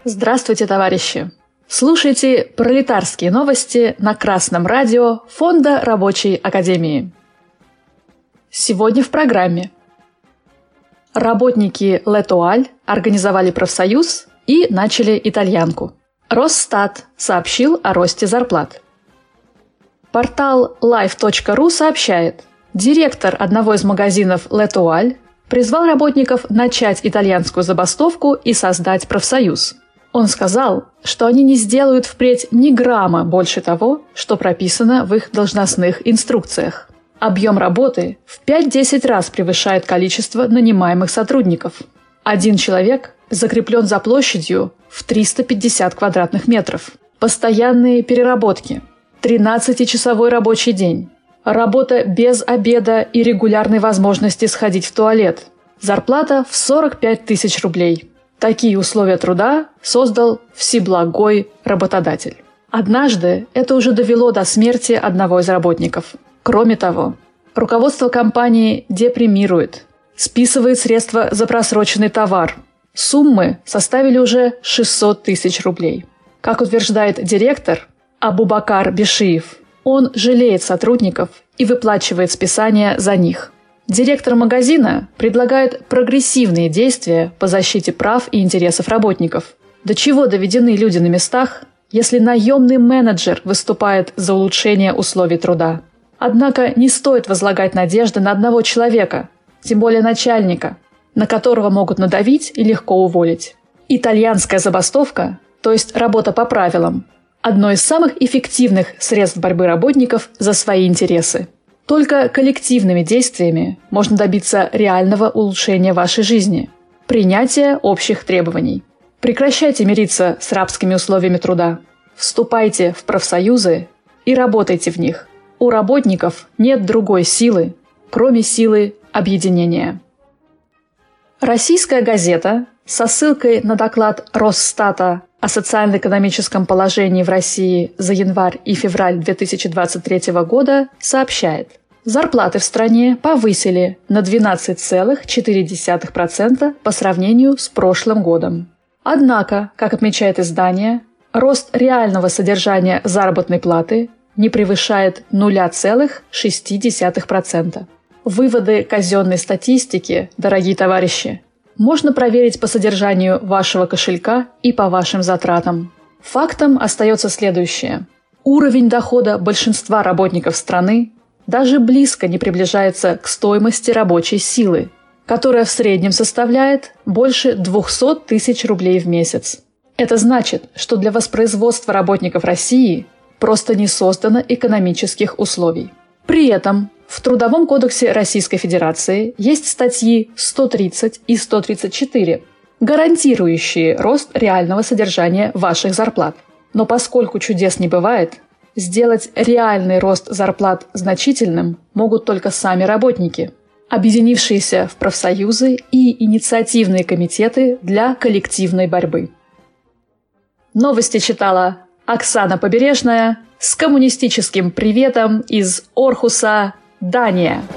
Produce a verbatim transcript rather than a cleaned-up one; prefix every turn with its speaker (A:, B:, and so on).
A: Здравствуйте, товарищи! Слушайте пролетарские новости на Красном радио Фонда Рабочей Академии. Сегодня в программе. Работники L'Etoile организовали профсоюз и начали итальянку. Росстат сообщил о росте зарплат. Портал лайф точка ру сообщает, директор одного из магазинов L'Etoile призвал работников начать итальянскую забастовку и создать профсоюз. Он сказал, что они не сделают впредь ни грамма больше того, что прописано в их должностных инструкциях. Объем работы в пять-десять раз превышает количество нанимаемых сотрудников. Один человек закреплен за площадью в триста пятьдесят квадратных метров. Постоянные переработки, тринадцатичасовой рабочий день, работа без обеда и регулярной возможности сходить в туалет. Зарплата в сорок пять тысяч рублей. Такие условия труда создал всеблагой работодатель. Однажды это уже довело до смерти одного из работников. Кроме того, руководство компании депримирует, списывает средства за просроченный товар. Суммы составили уже шестьсот тысяч рублей. Как утверждает директор Абубакар Бишиев, он жалеет сотрудников и выплачивает списания за них. Директор магазина предлагает прогрессивные действия по защите прав и интересов работников. До чего доведены люди на местах, если наемный менеджер выступает за улучшение условий труда? Однако не стоит возлагать надежды на одного человека, тем более начальника, на которого могут надавить и легко уволить. Итальянская забастовка, то есть работа по правилам, одно из самых эффективных средств борьбы работников за свои интересы. Только коллективными действиями можно добиться реального улучшения вашей жизни, принятия общих требований. Прекращайте мириться с рабскими условиями труда. Вступайте в профсоюзы и работайте в них. У работников нет другой силы, кроме силы объединения. Российская газета со ссылкой на доклад Росстата о социально-экономическом положении в России за январь и февраль две тысячи двадцать третьего года сообщает, зарплаты в стране повысили на двенадцать целых четыре десятых процента по сравнению с прошлым годом. Однако, как отмечает издание, рост реального содержания заработной платы не превышает ноль целых шесть десятых процента. Выводы казенной статистики, дорогие товарищи, можно проверить по содержанию вашего кошелька и по вашим затратам. Фактом остается следующее. Уровень дохода большинства работников страны даже близко не приближается к стоимости рабочей силы, которая в среднем составляет больше двести тысяч рублей в месяц. Это значит, что для воспроизводства работников России просто не создано экономических условий. При этом в Трудовом кодексе Российской Федерации есть статьи сто тридцать и сто тридцать четыре, гарантирующие рост реального содержания ваших зарплат. Но поскольку чудес не бывает, сделать реальный рост зарплат значительным могут только сами работники, объединившиеся в профсоюзы и инициативные комитеты для коллективной борьбы. Новости читала Оксана Побережная с коммунистическим приветом из Орхуса, Дания.